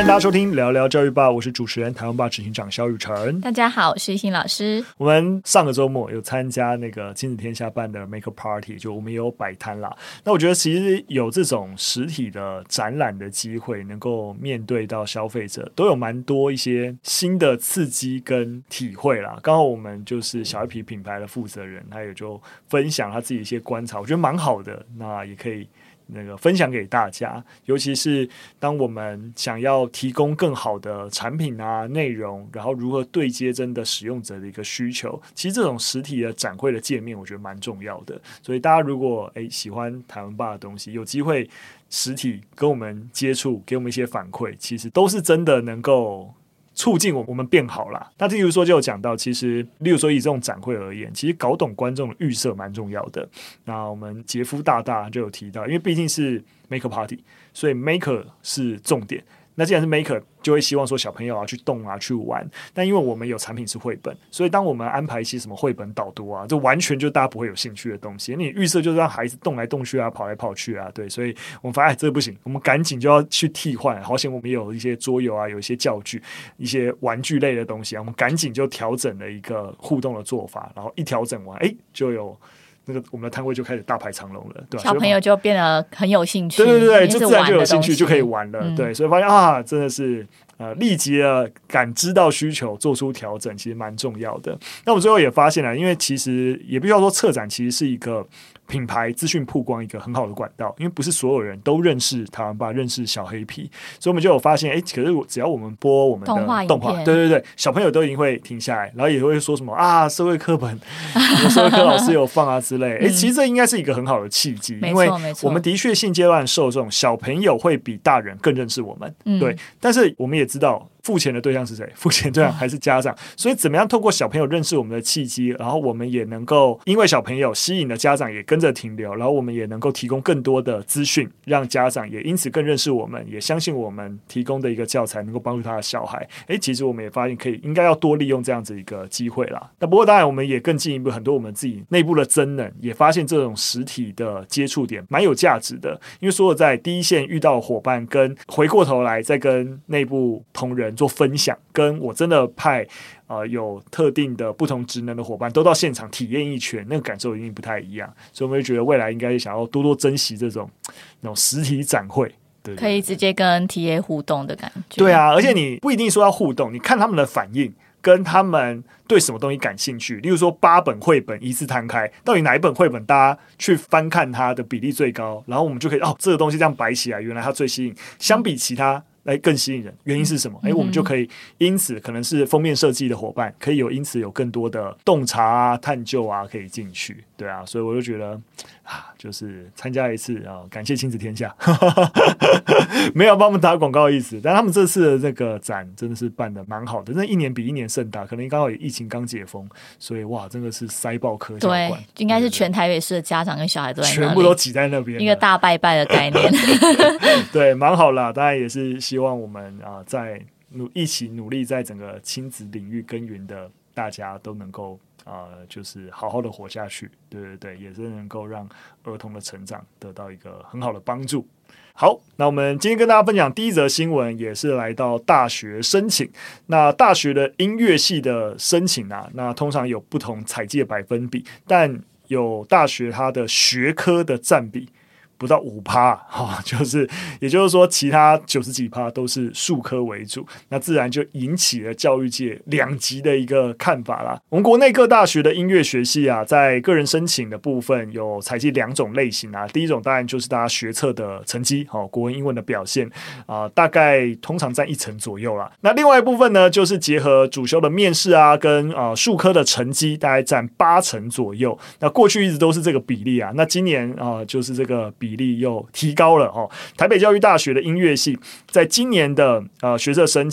迎大家收听聊聊教育吧，我是主持人台湾吧执行长萧雨辰。 大家好，我是欣老师。 我们上个周末有参加那个亲子天下办的 Maker Party， 就我们也有摆摊啦。那我觉得其实有这种实体的展览的机会，能够面对到消费者，都有蛮多一些新的刺激跟体会啦。刚好我们就是小一皮品牌的负责人，他也就分享他自己一些观察，我觉得蛮好的。那也可以分享给大家，尤其是当我们想要提供更好的产品啊、内容，然后如何对接真的使用者的一个需求，其实这种实体的展会的界面，我觉得蛮重要的。所以大家如果喜欢台湾吧的东西，有机会实体跟我们接触，给我们一些反馈，其实都是真的能够促进我们变好啦。那例如说就有讲到，其实例如说以这种展会而言，其实搞懂观众的预设蛮重要的。那我们杰夫大大就有提到，因为毕竟是 Maker Party， 所以 Maker 是重点。那既然是 Maker， 就会希望说小朋友啊去动啊去玩，但因为我们有产品是绘本，所以当我们安排一些什么绘本导读啊，这完全就大家不会有兴趣的东西。你预设就是让孩子动来动去啊，跑来跑去啊，对，所以我们发现这个不行，我们赶紧就要去替换。好险我们有一些桌游啊，有一些教具、一些玩具类的东西啊，我们赶紧就调整了一个互动的做法，然后一调整完，就有。那个我们的摊位就开始大排长龙了，对吧？ 小朋友就变得很有兴趣， 对对对，就自然就有兴趣，就可以玩了，对，所以发现啊，真的是立即的感知到需求，做出调整，其实蛮重要的。那我们最后也发现了，因为其实也必须要说，策展其实是一个品牌资讯曝光一个很好的管道，因为不是所有人都认识台湾吧，认识小黑皮，所以我们就有发现，可是只要我们播我们的动画，对对对，小朋友都一定会停下来，然后也会说什么啊，社会课本，社会课老师有放啊之类。其实这应该是一个很好的契机，因为我们的确现阶段受众小朋友会比大人更认识我们，对，但是我们也知道。付钱的对象是谁？付钱对象还是家长，所以怎么样透过小朋友认识我们的契机，然后我们也能够因为小朋友吸引了家长也跟着停留，然后我们也能够提供更多的资讯，让家长也因此更认识我们，也相信我们提供的一个教材能够帮助他的小孩。其实我们也发现应该要多利用这样子一个机会啦。那不过当然我们也更进一步，很多我们自己内部的增能也发现这种实体的接触点蛮有价值的，因为所有在第一线遇到的伙伴跟回过头来再跟内部同仁做分享，跟我真的派有特定的不同职能的伙伴都到现场体验一圈，那个感受一定不太一样，所以我们会觉得未来应该想要多多珍惜这种那种实体展会，对对对， 可以直接跟 TA 互动的感觉。 对啊，而且你不一定说要互动，你看他们的反应跟他们对什么东西感兴趣，例如说8本绘本一次摊开，到底哪一本绘本大家去翻看它的比例最高，然后我们就可以这个东西这样摆起来，原来它最吸引，相比其他来更吸引人，原因是什么？我们就可以因此可能是封面设计的伙伴，可以因此有更多的洞察啊、探究啊可以进去，对啊，所以我就觉得就是参加一次感谢亲子天下，没有帮我们打广告的意思，但他们这次的这个展真的是办得蛮好的，那一年比一年盛大，可能刚好也疫情刚解封，所以哇，真的是塞爆科教馆， 对，应该是全台北市的家长跟小孩都在那里， 全部都挤在那边， 一个大拜拜的概念， 对，蛮好啦，当然也是希望我们在一起努力在整个亲子领域耕耘的大家都能够就是好好的活下去，对对对，也是能够让儿童的成长得到一个很好的帮助。好，那我们今天跟大家分享第一则新闻，也是来到大学申请。那大学的音乐系的申请那通常有不同采集的百分比，但有大学它的学科的占比不到 5%， 就是也就是说其他90几%都是术科为主，那自然就引起了教育界两极的一个看法啦。我们国内各大学的音乐学系在个人申请的部分有采集2种类型第一种当然就是大家学测的成绩，国文英文的表现大概通常占1成左右啦。那另外一部分呢，就是结合主修的面试跟术科的成绩，大概占8成左右。那过去一直都是这个比例那今年就是这个比例又提高了台北教育大学的音乐系在今年的学测申请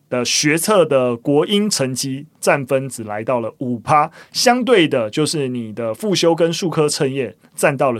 的学测的国英成绩占分只来到了 5%， 相对的就是你的复修跟术科测验占到了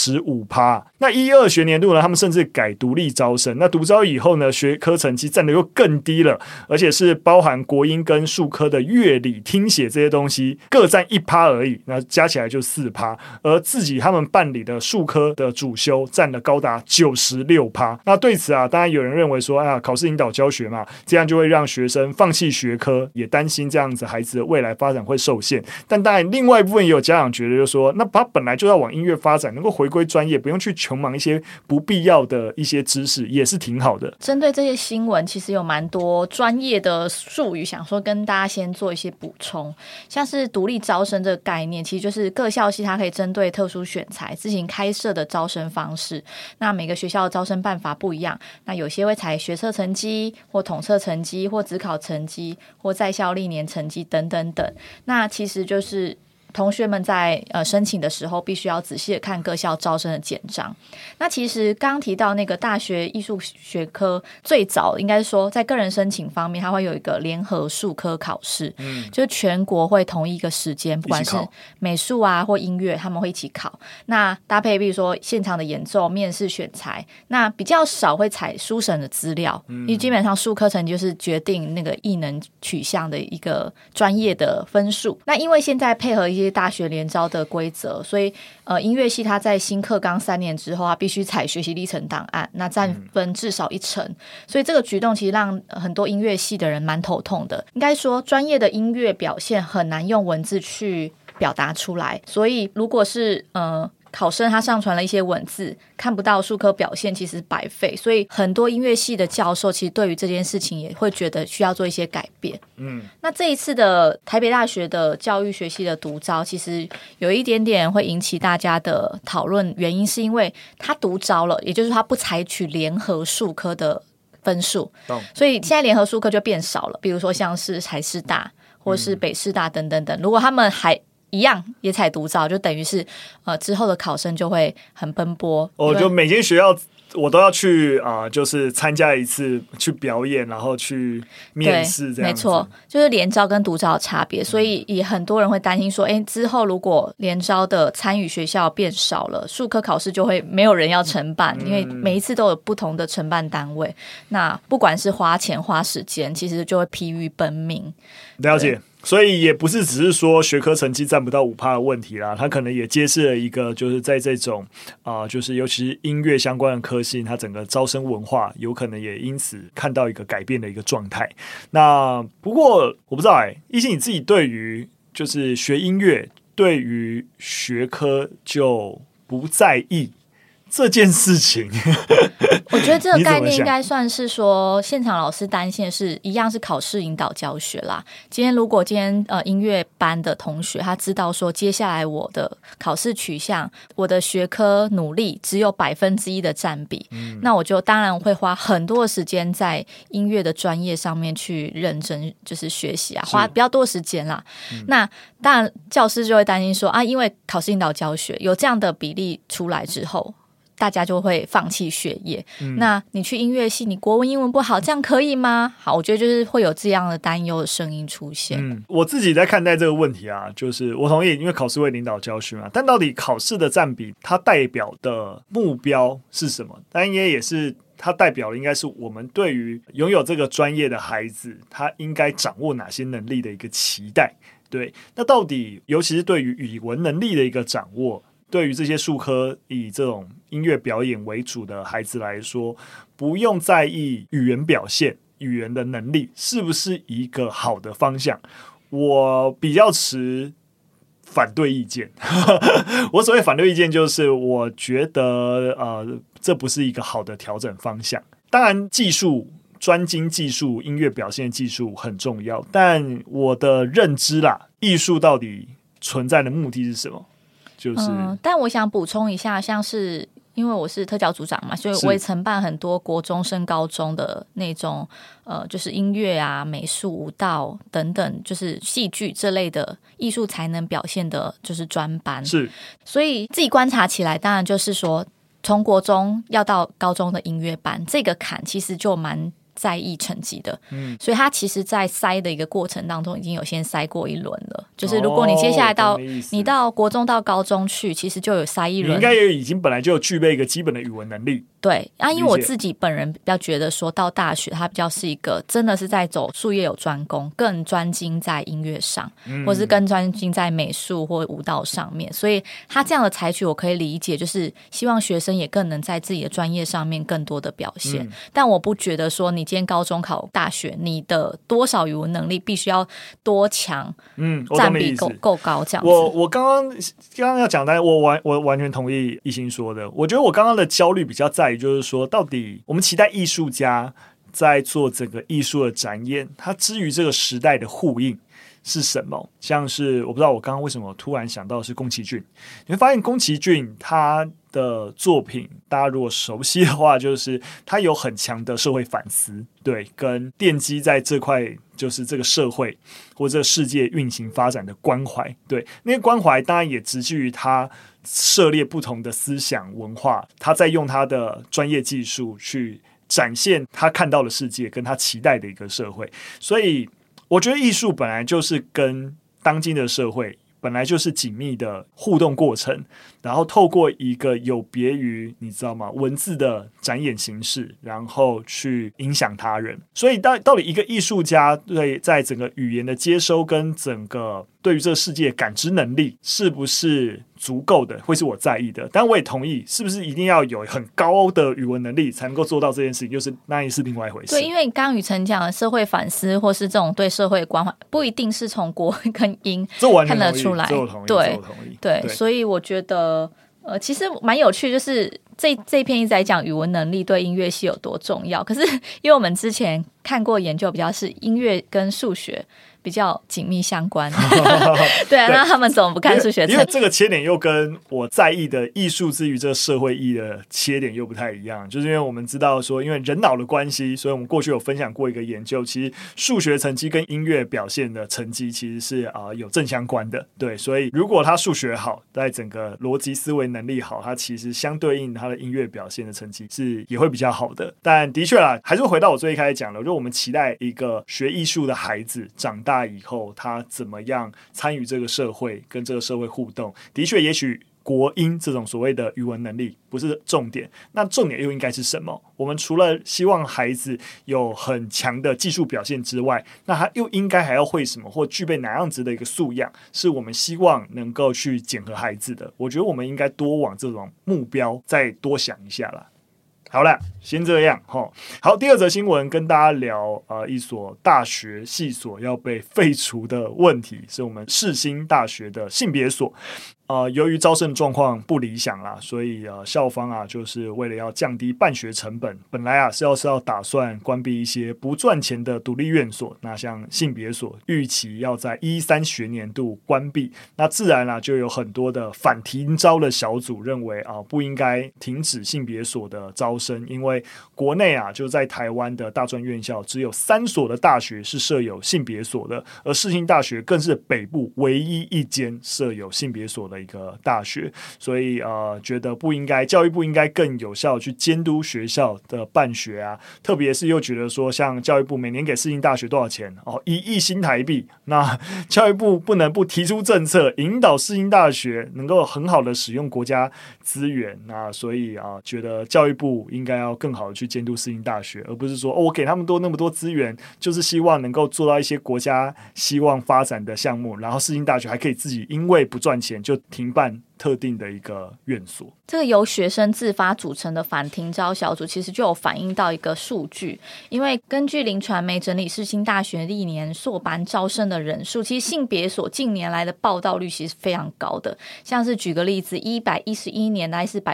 95%。 那1-2学年度呢，他们甚至改独立招生，那独招以后呢，学科成绩占的又更低了，而且是包含国英跟术科的乐理听写这些东西各占 1% 而已，那加起来就 4%， 而自己他们办理的术科的主修占了高达 96%。 那对此啊，当然有人认为说考试引导教学嘛，这样就会让学生放弃学科，也担心这样子孩子的未来发展会受限。但当然另外一部分也有家长觉得就是说，那他本来就要往音乐发展，能够回归专业，不用去穷忙一些不必要的一些知识，也是挺好的。 针对这些新闻，其实有蛮多专业的术语想说跟大家先做一些补充，像是独立招生这个概念，其实就是各校系它可以针对特殊选材自行开设的招生方式。那每个学校的招生办法不一样，那有些会采学测成绩或统测成绩或指考成绩或在校历年成绩等等等。那其实就是同学们在申请的时候必须要仔细的看各校招生的简章。那其实刚刚提到那个大学艺术学科，最早应该是说在个人申请方面，它会有一个联合术科考试，就是全国会同一个时间，不管是美术啊或音乐，他们会一起考。那搭配比如说现场的演奏、面试、选材，那比较少会采书审的资料，因为基本上术科成绩就是决定那个艺能取向的一个专业的分数。那因为现在配合一些大学联招的规则，所以音乐系它在新课纲3年之后，它必须采学习历程档案，那占分至少1成，所以这个举动其实让很多音乐系的人蛮头痛的。应该说专业的音乐表现很难用文字去表达出来，所以如果是考生他上传了一些文字，看不到术科表现，其实白费。所以很多音乐系的教授其实对于这件事情也会觉得需要做一些改变。那这一次的台北大学的教育学系的独招，其实有一点点会引起大家的讨论，原因是因为他独招了，也就是他不采取联合术科的分数，所以现在联合术科就变少了。比如说像是台师大或是北师大等等等，如果他们还一样也采独招，就等于是之后的考生就会很奔波。 就每间学校我都要去就是参加一次，去表演，然后去面试这样子。没错， 就是联招跟独招的差别。所以也很多人会担心说，之后如果联招的参与学校变少了，术科考试就会没有人要承办，因为每一次都有不同的承办单位，那不管是花钱花时间，其实就会疲于奔命。 了解。所以也不是只是说学科成绩占不到 5% 的问题啦，它可能也揭示了一个就是在这种就是尤其是音乐相关的科系，它整个招生文化有可能也因此看到一个改变的一个状态。那不过我不知道奕欣你自己对于就是学音乐对于学科就不在意这件事情我觉得这个概念应该算是说现场老师担心的是一样是考试引导教学啦。如果今天音乐班的同学他知道说接下来我的考试取向我的学科努力只有1%的占比，那我就当然会花很多的时间在音乐的专业上面去认真就是学习花比较多时间啦。那当然教师就会担心说因为考试引导教学有这样的比例出来之后，大家就会放弃学业。那你去音乐系，你国文英文不好，这样可以吗？好，我觉得就是会有这样的担忧的声音出现。 我自己在看待这个问题就是我同意，因为考试会领导教学嘛，但到底考试的占比它代表的目标是什么？当然也是它代表的应该是我们对于拥有这个专业的孩子，他应该掌握哪些能力的一个期待。对，那到底尤其是对于语文能力的一个掌握，对于这些术科以这种音乐表演为主的孩子来说，不用在意语言表现、语言的能力是不是一个好的方向，我比较持反对意见。我所谓反对意见就是我觉得这不是一个好的调整方向。当然技术专精技术音乐表现技术很重要，但我的认知艺术到底存在的目的是什么？ 但我想补充一下，像是因为我是特教组长嘛，所以我也承办很多国中升高中的那种就是音乐美术、舞蹈等等，就是戏剧这类的艺术才能表现的就是专班。是，所以自己观察起来，当然就是说从国中要到高中的音乐班这个坎其实就蛮在意成绩的，所以他其实在筛的一个过程当中已经有先筛过一轮了，就是如果你接下来你到国中到高中去，其实就有筛一轮， 你应该也已经本来就有具备一个基本的语文能力。 对啊，因为我自己本人比较觉得说到大学它比较是一个真的是在走术业有专攻，更专精在音乐上，或是更专精在美术或舞蹈上面，所以他这样的采取我可以理解，就是希望学生也更能在自己的专业上面更多的表现，但我不觉得说你今天高中考大学你的多少语文能力必须要多强，占比够高这样子。 我刚刚要讲的，我完全同意一心说的。我觉得我刚刚的焦虑比较在于，就是说到底我们期待艺术家在做整个艺术的展演，它之于这个时代的呼应是什么？像是我不知道我刚刚为什么突然想到的是宫崎骏，你会发现宫崎骏他的作品，大家如果熟悉的话，就是他有很强的社会反思，对，跟奠基在这块就是这个社会或这个世界运行发展的关怀，对，那个关怀当然也直至于他涉猎不同的思想文化，他在用他的专业技术去展现他看到的世界跟他期待的一个社会。所以我觉得艺术本来就是跟当今的社会本来就是紧密的互动过程，然后透过一个有别于你知道吗文字的展演形式，然后去影响他人。所以到底一个艺术家对在整个语言的接收跟整个对于这个世界感知能力是不是足够的，会是我在意的。但我也同意，是不是一定要有很高的语文能力才能够做到这件事情，就是那也是另外一回事。 对，因为刚刚宇辰讲的社会反思或是这种对社会关怀，不一定是从国跟音看得出来。对，所以我觉得其实蛮有趣，就是这篇一直在讲语文能力对音乐系有多重要，可是因为我们之前看过研究，比较是音乐跟数学比较紧密相关对啊，那他们怎么不看数学？ 因为这个切点又跟我在意的艺术之于这个社会意义的切点又不太一样，就是因为我们知道说因为人脑的关系，所以我们过去有分享过一个研究，其实数学成绩跟音乐表现的成绩其实是有正相关的。对，所以如果他数学好，在整个逻辑思维能力好，他其实相对应他的音乐表现的成绩是也会比较好的。但的确啦，还是回到我最一开始讲的，如果我们期待一个学艺术的孩子长大以后他怎么样参与这个社会跟这个社会互动，的确也许国音这种所谓的语文能力不是重点，那重点又应该是什么？我们除了希望孩子有很强的技术表现之外，那他又应该还要会什么，或具备哪样子的一个素养，是我们希望能够去检核孩子的。我觉得我们应该多往这种目标再多想一下啦。好了，先这样齁。好，第二则新闻跟大家聊一所大学系所要被废除的问题，是我们世新大学的性别所。由于招生状况不理想啦，所以校方就是为了要降低办学成本，本来是要打算关闭一些不赚钱的独立院所，那像性别所预期要在13学年度关闭，那自然就有很多的反停招的小组认为不应该停止性别所的招生，因为国内就在台湾的大专院校只有3所的大学是设有性别所的，而世新大学更是北部唯一一间设有性别所的一个大学，所以觉得不应该，教育部应该更有效去监督学校的办学特别是又觉得说，像教育部每年给世新大学多少钱1亿新台币，那教育部不能不提出政策，引导世新大学能够很好的使用国家资源，那所以觉得教育部应该要更好的去监督世新大学，而不是说我给他们那么多资源，就是希望能够做到一些国家希望发展的项目，然后世新大学还可以自己因为不赚钱就停办特定的一个院所。 这个由学生自发组成的反停招小组其实就有反映到一个数据，因为根据林传媒整理世新大学历年硕班招生的人数，其实性别所近年来的报到率其实非常高的，像是举个例子，111年大概是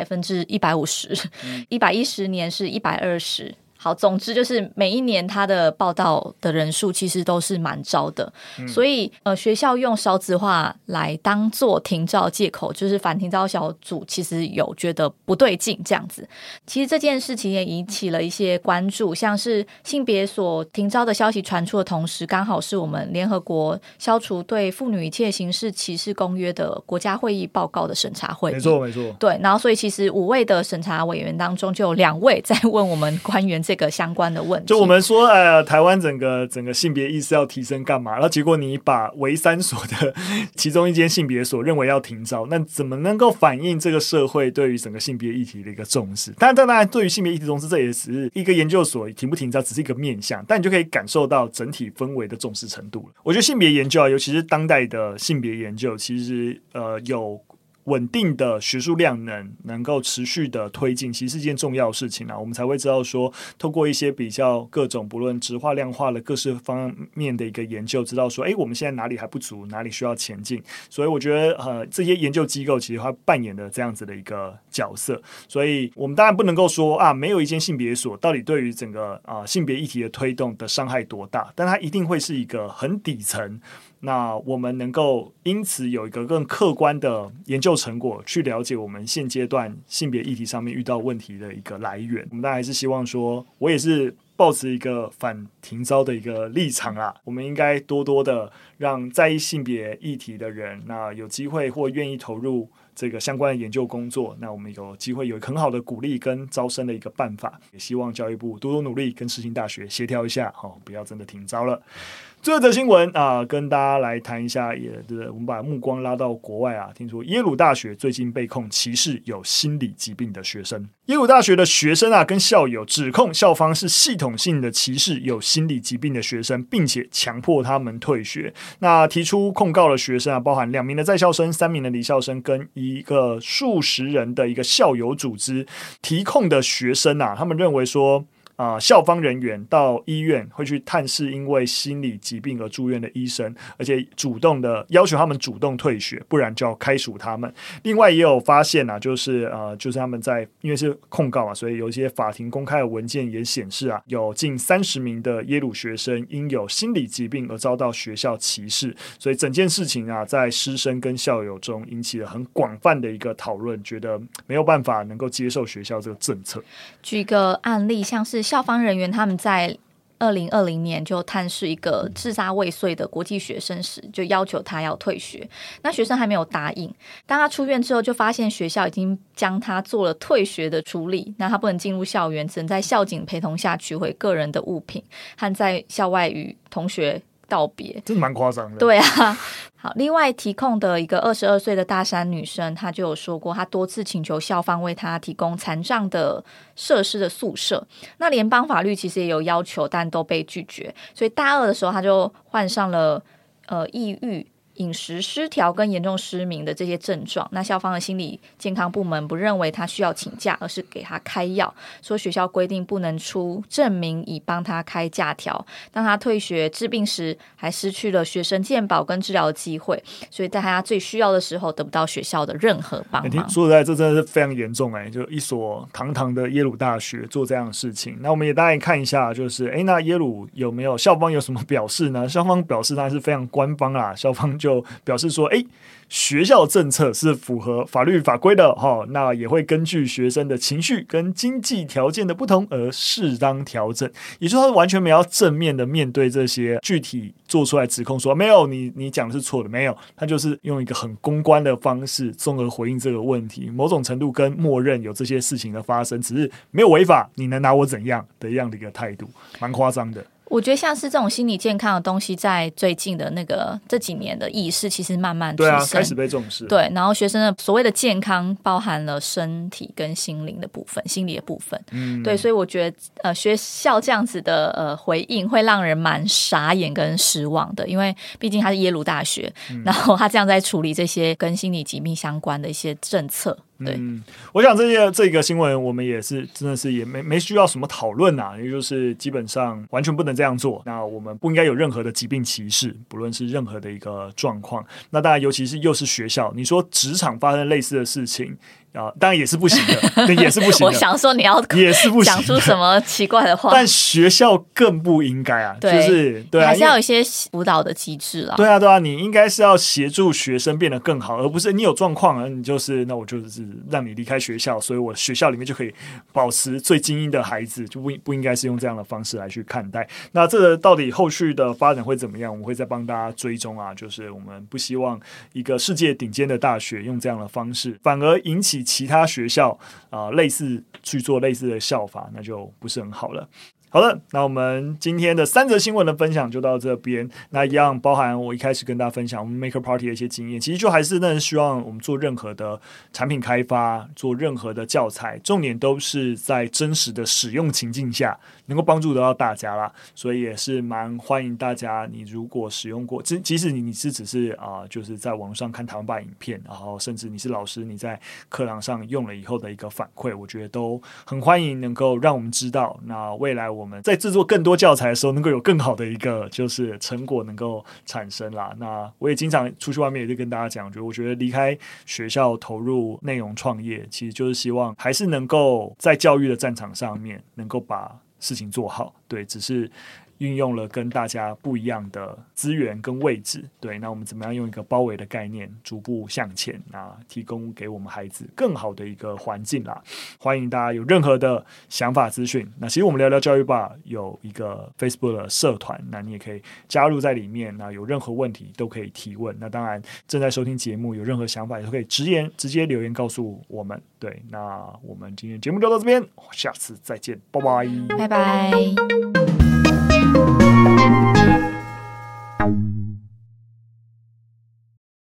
150%，110年是120%。好，总之就是每一年他的报道的人数其实都是蛮招的，所以学校用少子化来当做停招借口，就是反停招小组其实有觉得不对劲这样子。其实这件事情也引起了一些关注，像是性别所停招的消息传出的同时，刚好是我们联合国消除对妇女一切形式歧视公约的国家会议报告的审查会议。 没错。 对，然后所以其实5位的审查委员当中就有2位在问我们官员这个相关的问题。 就我们说台湾整个性别意识要提升干嘛，然后结果你把唯3所的其中一间性别所认为要停招，那怎么能够反映这个社会对于整个性别议题的一个重视？当然对于性别议题重视，这也只是一个研究所停不停招只是一个面向，但你就可以感受到整体氛围的重视程度了。我觉得性别研究尤其是当代的性别研究，其实有稳定的学术量能够持续的推进，其实是一件重要的事情啊。我们才会知道说，透过一些比较各种不论质化量化的各式方面的一个研究，知道说，我们现在哪里还不足，哪里需要前进。所以我觉得这些研究机构其实它扮演的这样子的一个角色。所以我们当然不能够说没有一间性别所到底对于整个性别议题的推动的伤害多大，但它一定会是一个很底层。那我们能够因此有一个更客观的研究成果，去了解我们现阶段性别议题上面遇到问题的一个来源。我们当然还是希望说，我也是抱持一个反停招的一个立场啦。我们应该多多的让在意性别议题的人，那有机会或愿意投入这个相关的研究工作，那我们有机会有很好的鼓励跟招生的一个办法。也希望教育部多多努力，跟世新大学协调一下，不要真的停招了。最后一则新闻跟大家来谈一下，我们把目光拉到国外听说耶鲁大学最近被控歧视有心理疾病的学生。耶鲁大学的学生跟校友指控校方是系统性的歧视有心理疾病的学生，并且强迫他们退学。那提出控告的学生包含2名的在校生、3名的离校生跟一个数十人的一个校友组织。提控的学生他们认为说校方人员到医院会去探视因为心理疾病而住院的医生，而且主动的要求他们主动退学，不然就要开除他们。另外也有发现就是他们在因为是控告所以有一些法庭公开的文件也显示有近30名的耶鲁学生因有心理疾病而遭到学校歧视。所以整件事情在师生跟校友中引起了很广泛的一个讨论，觉得没有办法能够接受学校这个政策。 举个案例，像是校方人员他们在2020年就探视一个自杀未遂的国际学生时，就要求他要退学。那学生还没有答应，当他出院之后，就发现学校已经将他做了退学的处理。那他不能进入校园，只能在校警陪同下取回个人的物品，和在校外与同学道别。 真的蛮夸张的。 对啊。好，另外提控的一个22岁的大三女生，她就有说过，她多次请求校方为她提供残障的设施的宿舍。那联邦法律其实也有要求，但都被拒绝。所以大2的时候，她就患上了抑郁、饮食失调跟严重失明的这些症状。那校方的心理健康部门不认为他需要请假，而是给他开药，说学校规定不能出证明以帮他开假条。当他退学治病时，还失去了学生健保跟治疗的机会，所以在他最需要的时候得不到学校的任何帮忙。 说实在，这真的是非常严重就一所堂堂的耶鲁大学做这样的事情。那我们也大概看一下，就是那耶鲁有没有校方有什么表示呢？校方表示当然是非常官方啦，校方就表示说学校政策是符合法律法规的那也会根据学生的情绪跟经济条件的不同而适当调整。也就是他完全没有正面的面对这些具体做出来指控说没有你讲的是错的，没有，他就是用一个很公关的方式综合回应这个问题，某种程度跟默认有这些事情的发生，只是没有违法，你能拿我怎样的一样的一个态度，蛮夸张的。 我觉得像是这种心理健康的东西，在最近的这几年的意识其实慢慢提升， 开始被重视。 对，然后学生的所谓的健康包含了身体跟心灵的部分，心理的部分。对，所以我觉得学校这样子的回应会让人蛮傻眼跟失望的，因为毕竟他是耶鲁大学，然后他这样在处理这些跟心理疾病相关的一些政策。对， 我想这个新闻我们也是真的是也没需要什么讨论也就是基本上完全不能这样做。那我们不应该有任何的疾病歧视，不论是任何的一个状况。那当然，尤其是又是学校，你说职场发生类似的事情。当然也是不行的，也是不行的。 我想说你要也是不行讲出什么奇怪的话， 但学校更不应该就是对还是要有一些辅导的机制对啊，你应该是要协助学生变得更好，而不是你有状况你那我就是让你离开学校，所以我学校里面就可以保持最精英的孩子，就不应该是用这样的方式来去看待。那这个到底后续的发展会怎么样，我们会再帮大家追踪就是我们不希望一个世界顶尖的大学用这样的方式，反而引起其他学校类似去做类似的效法，那就不是很好了。好的，那我们今天的3则新闻的分享就到这边。那一样包含我一开始跟大家分享我们 Maker Party 的一些经验，其实就还是希望我们做任何的产品开发，做任何的教材，重点都是在真实的使用情境下能够帮助得到大家啦。所以也是蛮欢迎大家，你如果使用过，即使你是只是就是在网上看台湾吧影片，然后甚至你是老师，你在课堂上用了以后的一个反馈，我觉得都很欢迎，能够让我们知道，那未来我们在制作更多教材的时候，能够有更好的一个就是成果能够产生啦。那我也经常出去外面也是跟大家讲，我觉得离开学校投入内容创业，其实就是希望还是能够在教育的战场上面能够把事情做好。对，只是运用了跟大家不一样的资源跟位置，对，那我们怎么样用一个包围的概念逐步向前，提供给我们孩子更好的一个环境啦。欢迎大家有任何的想法资讯，那其实我们聊聊教育吧有一个 Facebook 的社团，那你也可以加入在里面，那有任何问题都可以提问。那当然正在收听节目有任何想法也都可以直接留言告诉我们。对，那我们今天节目就到这边，下次再见，拜拜， 拜拜。